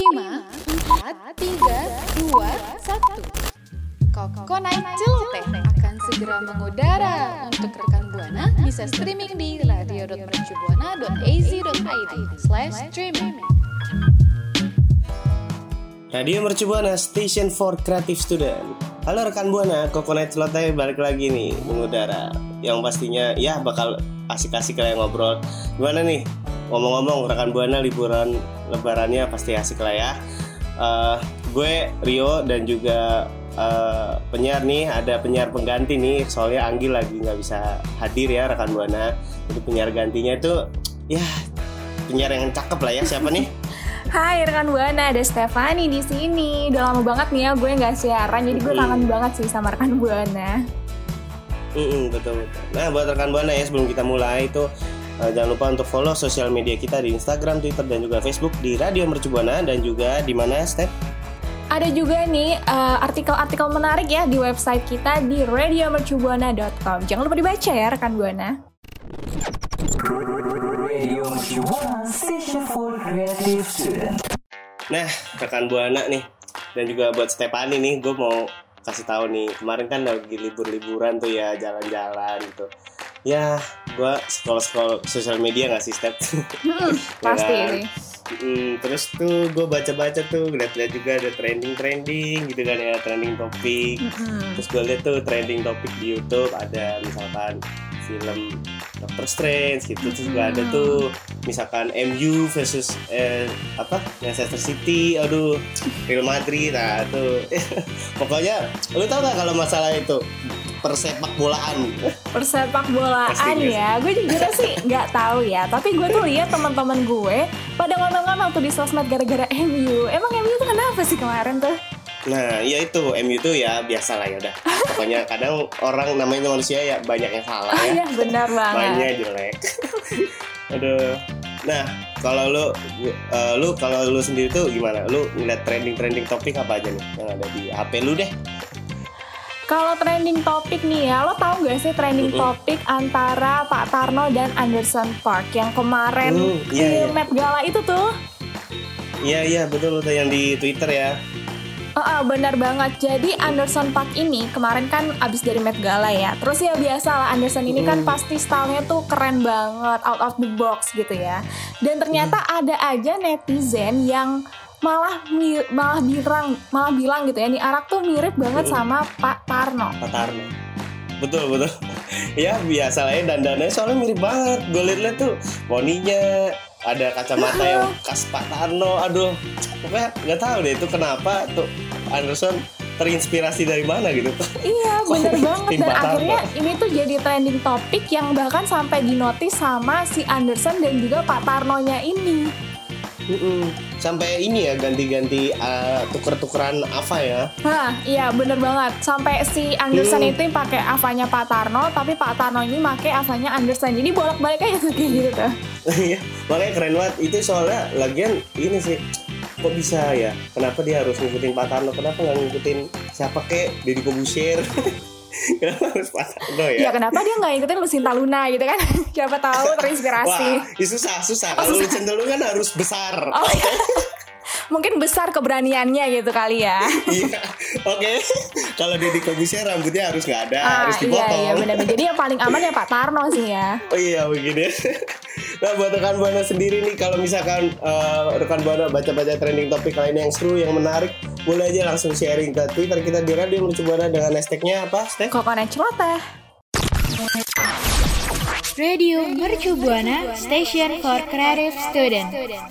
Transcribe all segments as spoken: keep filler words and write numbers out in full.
lima, empat, tiga, dua, satu. Koko Night Celoteh akan segera mengudara. Untuk rekan Buana bisa streaming di radio dot mercubuana dot a z dot i d slash streaming. Radio Mercubuana, Station for Creative Student. Halo rekan Buana, Koko Night Celoteh balik lagi nih mengudara. Yang pastinya ya bakal asik-asik lah yang ngobrol. Gimana nih? Ngomong-ngomong rekan Buana, liburan lebarannya pasti asik lah ya. uh, Gue Rio dan juga uh, penyiar nih, ada penyiar pengganti nih. Soalnya Anggi lagi gak bisa hadir ya rekan Buana. Jadi penyiar gantinya itu ya penyiar yang cakep lah ya. Siapa nih? Hai rekan Buana, ada Stefani di sini. Udah lama banget nih ya gue nggak siaran, jadi gue kangen hmm. banget sih sama rekan Buana. Hmm, betul betul. Nah buat rekan Buana ya, sebelum kita mulai itu uh, jangan lupa untuk follow sosial media kita di Instagram, Twitter dan juga Facebook di Radio Mercubuana, dan juga di mana Step? Ada juga nih uh, artikel-artikel menarik ya di website kita di radio mercubuana dot com. Jangan lupa dibaca ya rekan Buana. Radio Mercubuana, Station for Creative Student. Nah, rekan Buana nih dan juga buat Stefani nih, gue mau kasih tahu nih, kemarin kan lagi libur-liburan tuh ya, jalan-jalan gitu. Ya, gue scroll-scroll sosial media nggak sih, Step? Hmm, pasti ini. Hmm, terus tuh gue baca-baca tuh, lihat-lihat juga ada trending-trending gitu kan ya, trending topik. Mm-hmm. Terus gue lihat tuh trending topik di YouTube, ada misalkan film Doctor Strange gitu. Terus juga ada tuh misalkan M U versus eh, apa Manchester City, aduh Real Madrid. Nah tuh pokoknya lu tau gak kalau masalah itu persepak bolaan persepak bolaan ya, gue jujur sih nggak tahu ya, tapi gue tuh lihat teman-teman gue pada ngomong-ngomong tuh di sosmed gara-gara M U. Emang M U tuh kenapa sih kemarin tuh? Nah, ya itu M U tuh ya biasa lah ya udah. Pokoknya kadang orang namanya manusia ya banyak yang salah ya. Iya, benar banget. Banyak jelek. Aduh. Nah, kalau lu uh, lu kalau lu sendiri tuh gimana? Lu ngeliat trending-trending topik apa aja nih yang ada di H P lu deh? Kalau trending topik nih ya, lo tau gak sih trending uh-uh. topik antara Pak Tarno dan Anderson Paak yang kemarin uh, iya, di iya. Met Gala itu tuh? Iya iya betul tuh yang di Twitter ya. Oh, oh, benar banget. Jadi Anderson Paak ini kemarin kan abis dari Met Gala ya. Terus ya biasa lah, Anderson ini kan pasti stylenya tuh keren banget, out of the box gitu ya. Dan ternyata mm. ada aja netizen yang malah mi- malah bilang malah bilang gitu ya, nih anak tuh mirip banget mm. sama Pak Tarno. Pak Tarno. Betul betul. Ya biasa lah ya, dandannya soalnya mirip banget. Gue liat-liat tuh poninya, ada kacamata yang khas Pak Tarno. Aduh, pokoknya nggak tahu deh itu kenapa tuh Anderson terinspirasi dari mana gitu. Iya bener banget. Dan akhirnya ini tuh jadi trending topik yang bahkan sampai dinotis sama si Anderson dan juga Pak Tarnonya ini. Mm-mm. Sampai ini ya ganti-ganti uh, tuker-tukeran Ava ya. Hah, iya bener banget. Sampai si Anderson hmm. itu pakai Avanya Pak Tarno, tapi Pak Tarno ini pakai Avanya Anderson. Jadi bolak-balik aja tuh kayak gitu tuh. Iya, makanya keren banget. Itu soalnya lagian ini sih, kok bisa ya? Kenapa dia harus ngikutin Pak Tarno? Kenapa nggak ngikutin siapa kek? Deddy Corbuzier? Kenapa harus Pak Tarno ya? Ya kenapa dia nggak ngikutin Lucinta Luna gitu kan? Siapa tahu terinspirasi. Wah, ya susah susah. Oh, kalau Lucinta Luna kan harus besar. Oh, okay. Mungkin besar keberaniannya gitu kali ya. Iya, oke. Okay. Kalau Deddy Corbuzier rambutnya harus nggak ada, ah, harus dipotong. Iya, iya benar. Jadi yang paling aman ya Pak Tarno sih ya. Oh iya begini. Nah buat rekan Buana sendiri nih, kalau misalkan uh, rekan Buana baca-baca trending topik lainnya yang seru, yang menarik, boleh aja langsung sharing ke Twitter kita di Radio Mercubuana dengan hashtagnya apa? Hashtag Koko Night Celoteh. Radio Mercubuana, Station for Creative Student.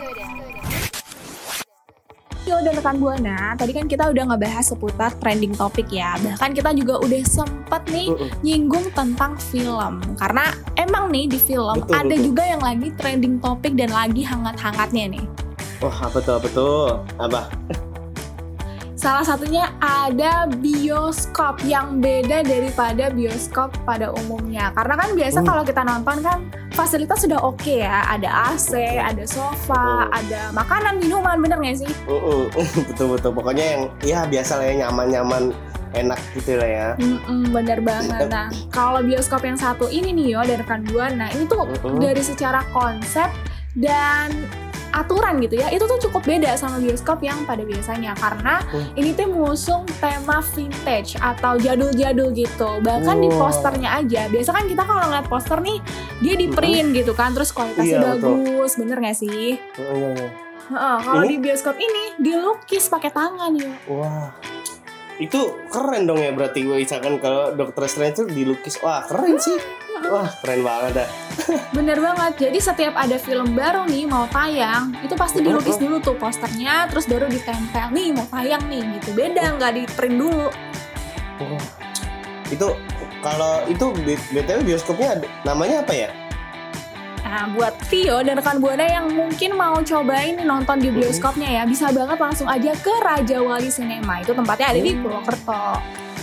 Yo dan rekan Buana, tadi kan kita udah ngebahas seputar trending topik ya. Bahkan kita juga udah sempet nih uh-uh. nyinggung tentang film. Karena emang nih di film betul, ada betul. juga yang lagi trending topik dan lagi hangat-hangatnya nih. Wah, apa tuh, apa tuh? Apa? Salah satunya ada bioskop yang beda daripada bioskop pada umumnya. Karena kan biasa uh. kalau kita nonton kan fasilitas sudah oke okay ya. Ada A C, ada sofa, uh. ada makanan, minuman, bener gak sih? Uh, uh. Betul-betul. Pokoknya yang ya biasa lah ya, nyaman-nyaman, enak gitu lah ya. Mm-mm, bener banget. Nah, kalau bioskop yang satu ini nih yo, dari rekan Buana, ini tuh uh-uh. dari secara konsep dan aturan gitu ya, itu tuh cukup beda sama bioskop yang pada biasanya karena hmm. ini tuh mengusung tema vintage atau jadul-jadul gitu. Bahkan oh. di posternya aja, biasa kan kita kalau ngeliat poster nih dia di print hmm. gitu kan, terus kualitasnya iya, bagus, betul. Bener nggak sih? Oh, iya, iya. Uh, kalau di bioskop ini dilukis pakai tangan ya. Wah, itu keren dong ya berarti gue misalkan kalau Doctor Strange itu dilukis, wah keren sih. Wah keren banget dah. Bener banget. Jadi setiap ada film baru nih mau tayang, itu pasti dilukis dulu tuh posternya, terus baru ditempel nih mau tayang nih gitu. Beda nggak di print dulu. Oh. Itu kalau itu B T W bioskopnya namanya apa ya? Nah buat Vio dan rekan Buana yang mungkin mau cobain nonton di bioskopnya ya, bisa banget langsung aja ke Raja Wali Cinema. Itu tempatnya ada di Purwokerto.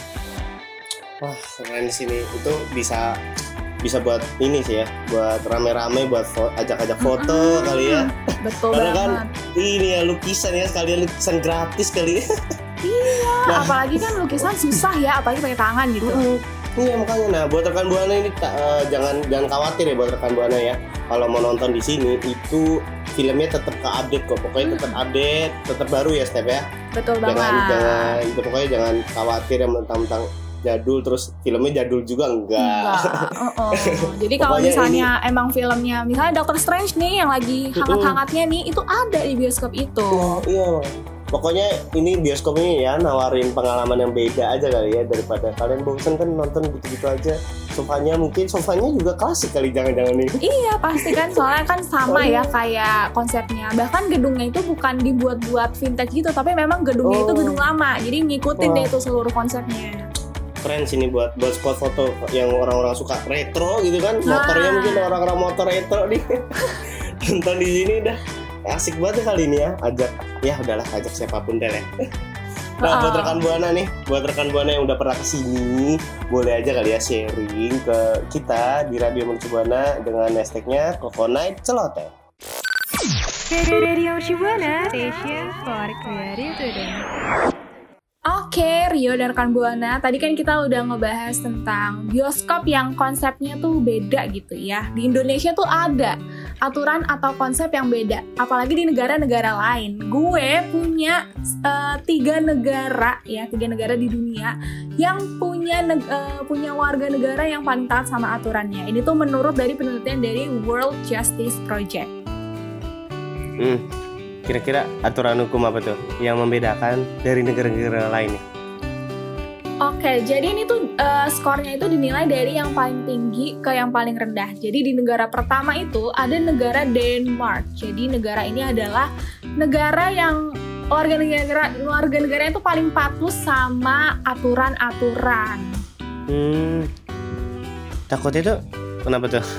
Wah keren di sini. Itu bisa bisa buat ini sih ya, buat rame-rame, buat fo- ajak-ajak foto mm-hmm. kali ya. Betul karena banget. Kan ini ya lukisan ya, sekalian lukisan gratis kali ya. Iya, nah. apalagi kan lukisan susah ya, apalagi pakai tangan gitu. Mm-hmm. Iya makanya, nah buat rekan Buana ini uh, jangan jangan khawatir ya buat rekan Buana ya. Kalau mau nonton di sini itu filmnya tetap ke update kok, pokoknya tetap update, tetap baru ya Step ya. Betul jangan, banget. Jangan, itu pokoknya jangan khawatir yang mentang-mentang jadul terus filmnya jadul juga enggak. Enggak. Uh-uh. Jadi kalau misalnya ini, emang filmnya misalnya Doctor Strange nih yang lagi hangat-hangatnya nih itu ada di bioskop itu. Oh, iya. Pokoknya ini bioskop ini ya nawarin pengalaman yang beda aja kali ya daripada kalian bosan kan nonton gitu-gitu aja. Sofanya mungkin sofanya juga klasik kali jangan-jangan nih. Iya pasti kan soalnya kan sama oh, ya kayak konsepnya. Bahkan gedungnya itu bukan dibuat-buat vintage gitu tapi memang gedungnya oh. itu gedung lama. Jadi ngikutin oh. deh itu seluruh konsepnya. Keren sini buat buat spot foto yang orang-orang suka retro gitu kan. Motornya nah. mungkin orang-orang motor retro nih. Nonton di sini dah asik banget kali ini ya. Ajak ya udahlah ajak siapapun deh ya. Nah, buat rekan Buana nih, buat rekan Buana yang udah pernah kesini, boleh aja kali ya sharing ke kita di Radio Mercu Buana dengan hashtagnya Coconut Celoteh. Radio Mercu Buana, station for creative student. Oke, Rio dan rekan Buana, tadi kan kita udah ngebahas tentang bioskop yang konsepnya tuh beda gitu ya. Di Indonesia tuh ada aturan atau konsep yang beda, apalagi di negara-negara lain. Gue punya uh, tiga negara ya, tiga negara di dunia yang punya neg- uh, punya warga negara yang paling taat sama aturannya. Ini tuh menurut dari penelitian dari World Justice Project. Hmm. Kira-kira aturan hukum apa tuh yang membedakan dari negara-negara lainnya? Oke, jadi ini tuh uh, skornya itu dinilai dari yang paling tinggi ke yang paling rendah. Jadi di negara pertama itu ada negara Denmark. Jadi negara ini adalah negara yang warga negara warga negara itu paling patuh sama aturan-aturan. Hmm. Takutnya tuh kenapa tuh?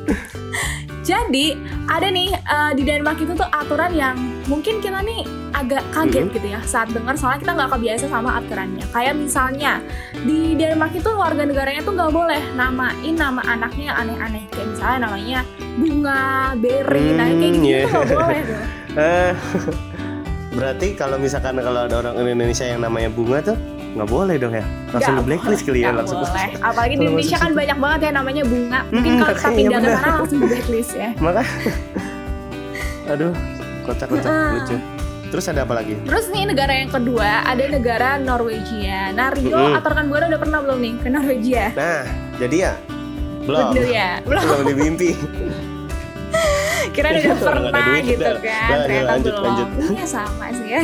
Jadi ada nih uh, di Denmark itu tuh aturan yang mungkin kita nih agak kaget mm-hmm. gitu ya saat dengar, soalnya kita nggak kebiasa sama aturannya. Kayak misalnya di Denmark itu warga negaranya tuh nggak boleh namain nama anaknya yang aneh-aneh, kayak misalnya namanya Bunga, Berry, mm, nah kayak gitu yeah. tuh nggak boleh tuh. Berarti kalau misalkan kalau ada orang Indonesia yang namanya Bunga tuh nggak boleh dong ya, langsung di blacklist kali ya langsung. Boleh. Apalagi di Indonesia kan banyak banget ya namanya Bunga. Mungkin hmm, kalau kita pindah ke sana langsung di blacklist ya. Maka, aduh, kocak-kocak uh. lucu. Terus ada apa lagi? Terus nih negara yang kedua ada negara Norwegia. Nah Rio mm-hmm. atau rekan Buana udah pernah belum nih ke Norwegia? Nah jadi ya belum. Bener ya belum. Belum di mimpi. Kira udah pernah duit, gitu udah. Kan? Nah, ternyata lanjut, belum. Lanjut. Iya sama sih ya.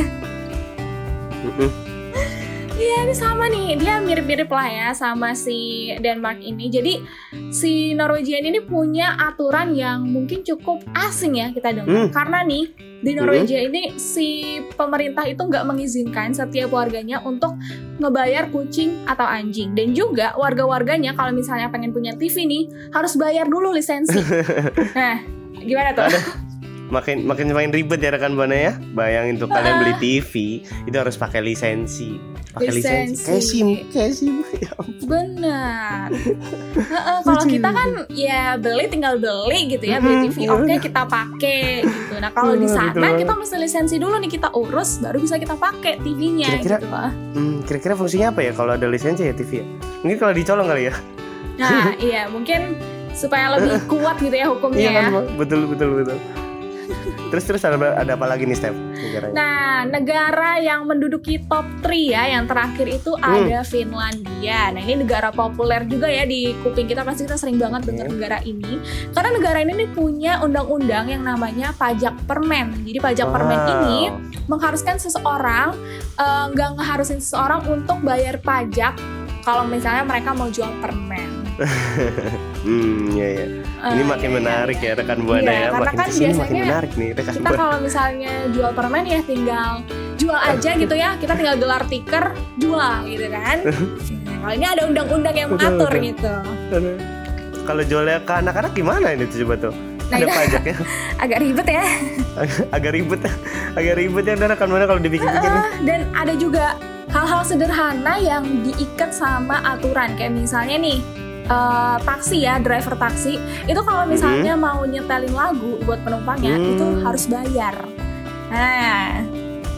Iya ini sama nih, dia mirip-mirip lah ya sama si Denmark ini. Jadi si Norwegia ini punya aturan yang mungkin cukup asing ya kita dengar. Hmm. Karena nih di Norwegia hmm. ini si pemerintah itu nggak mengizinkan setiap warganya untuk ngebayar kucing atau anjing. Dan juga warga-warganya kalau misalnya pengen punya T V nih harus bayar dulu lisensi. Nah gimana tuh? Aduh. Makin makin makin ribet ya rekan Buana ya. Bayangin tuh kalian beli T V itu harus pakai lisensi. Pakai lisensi. Kayak SIM, kayak SIM. Ya benar. Heeh, kalau kita kan ya beli tinggal beli gitu ya, beli T V oke okay, kita pakai gitu. Nah, kalau di sana kita mesti lisensi dulu nih kita urus baru bisa kita pakai T V-nya kira-kira, gitu lah. Hmm, kira-kira fungsinya apa ya kalau ada lisensi ya T V ya? Mungkin kalau dicolong kali ya. Nah, iya, mungkin supaya lebih kuat gitu ya hukumnya. Iya kan, ya. betul betul betul. Terus terus ada, ada apa lagi nih Steph negaranya? Nah, negara yang menduduki top tiga ya, yang terakhir itu Hmm. ada Finlandia. Nah, ini negara populer juga ya di kuping kita, pasti kita sering banget dengar Hmm. negara ini. Karena negara ini nih punya undang-undang yang namanya pajak permen. Jadi pajak permen Wow. ini mengharuskan seseorang eh, nggak ngeharusin seseorang untuk bayar pajak kalau misalnya mereka mau jual permen. Hmm, iya ya. Ini Eh, makin iya, iya, menarik iya. ya rekan Buana Iya, ya. karena Makin kan kesini makin biasanya menarik nih rekan Kita Buana. kalau misalnya jual permen ya tinggal jual aja gitu ya. Kita tinggal gelar tiker, jual gitu kan. Nah, kalau ini ada undang-undang yang Betul, mengatur betul. gitu. Kalau jualnya ke anak-anak gimana ini tuh coba tuh? Nah, Ada itu- pajaknya. Agak ribet ya. Agak ribet ya. Agak ribet ya udah rekan Buana kalau dipikir-pikir nih. Dan ada juga hal-hal sederhana yang diikat sama aturan. Kayak misalnya nih, eh, taksi ya, driver taksi. Itu kalau misalnya mau nyetelin lagu buat penumpangnya, Hmm. itu harus bayar. Nah,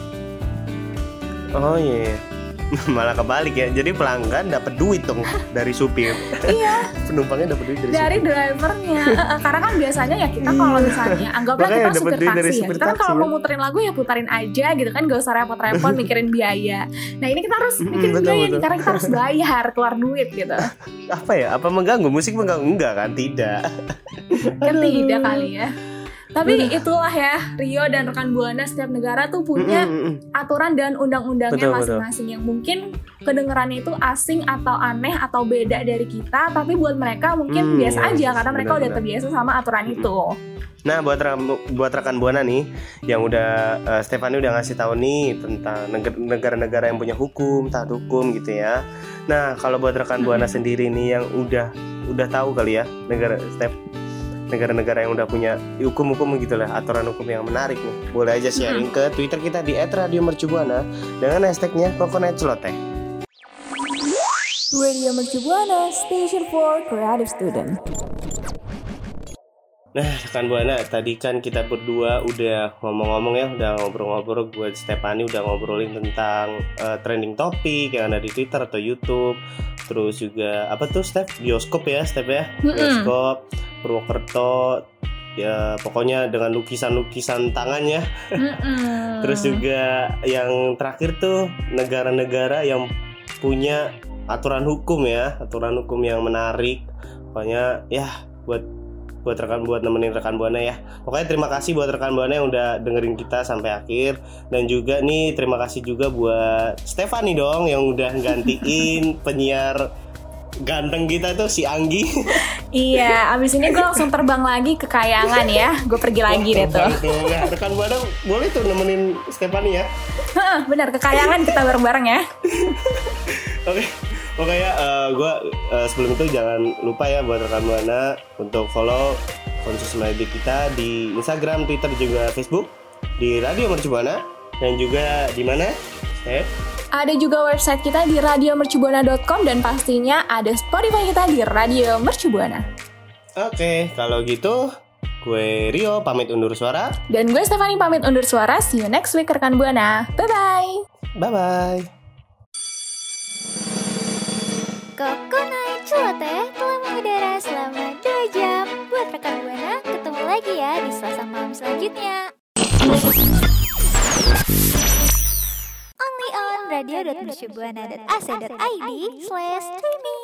Oh iya. Malah kebalik ya. Jadi pelanggan dapat duit dong dari supir. iya, Penumpangnya dapat duit dari, dari supir. drivernya. Eh, eh, karena kan biasanya ya kita kalau misalnya anggaplah Makanya kita dapat supir duit dari taksi ya. supir Kita kan taksi, kalau kan? mau muterin lagu ya putarin aja gitu kan, gak usah repot-repot mikirin biaya. Nah, ini kita harus Mm, mikirin betul, biaya betul. nih karena kita harus bayar, keluar duit gitu. Apa ya? Apa mengganggu? Musik mengganggu? Enggak kan? Tidak. Kan tidak kali ya. Tapi itulah ya, Rio dan rekan Buana, setiap negara tuh punya Mm, mm, mm. aturan dan undang-undangnya Betul, betul. masing-masing yang mungkin kedengerannya itu asing atau aneh atau beda dari kita, tapi buat mereka mungkin Hmm, biasa iya, aja karena mereka udah benar-benar. terbiasa sama aturan itu. Nah, buat re- buat rekan Buana nih yang udah eh, Stefani udah ngasih tahu nih tentang neg- negara-negara yang punya hukum, taat hukum gitu ya. Nah, kalau buat rekan Buana Hmm. sendiri nih yang udah udah tahu kali ya negara Stef negara-negara yang udah punya hukum-hukum gitu lah, aturan hukum yang menarik nih. Boleh aja sharing ke Twitter kita di et radio mercubuana dengan hashtagnya Coconut Celoteh. Radio Mercu Buana, Station for Creative Student. Nah, rekan Buana, tadi kan kita berdua udah ngomong-ngomong ya, udah ngobrol-ngobrol. Gue Stefani udah ngobrolin tentang eh, trending topik yang ada di Twitter atau YouTube. Terus juga apa tuh Steph? Bioskop ya, Steph ya. Mm-mm. Bioskop, Purwokerto. Ya, pokoknya dengan lukisan-lukisan tangannya. Mm-mm. Terus juga yang terakhir tuh negara-negara yang punya aturan hukum ya, aturan hukum yang menarik. Pokoknya ya buat buat rekan buat nemenin rekan Buana ya. Pokoknya terima kasih buat rekan Buana yang udah dengerin kita sampai akhir, dan juga nih terima kasih juga buat Stefani dong yang udah gantiin penyiar ganteng kita tuh si Anggi. Iya, abis ini gue langsung terbang lagi ke Kayangan ya. Gue pergi lagi deh tuh. Nah, rekan Buana boleh tuh nemenin Stefani ya. Heeh, benar, ke Kayangan kita bareng-bareng ya. Oke. Pokoknya uh, gue uh, sebelum itu jangan lupa ya buat rekan Buana untuk follow akun sosial media kita di Instagram, Twitter, juga Facebook di Radio Mercu Buana, dan juga di mana? Eh? Ada juga website kita di radio mercubuana dot com dan pastinya ada Spotify kita di Radio Mercu Buana. Oke, kalau gitu gue Rio pamit undur suara. Dan gue Stefani pamit undur suara. See you next week rekan Buana. Bye-bye. Bye-bye. Coconut Celoteh telah mengudara selama dua jam. Buat rekan Buana, ketemu lagi ya di Selasa malam selanjutnya. Only on radio dot mercubuana dot a c dot i d slash streaming.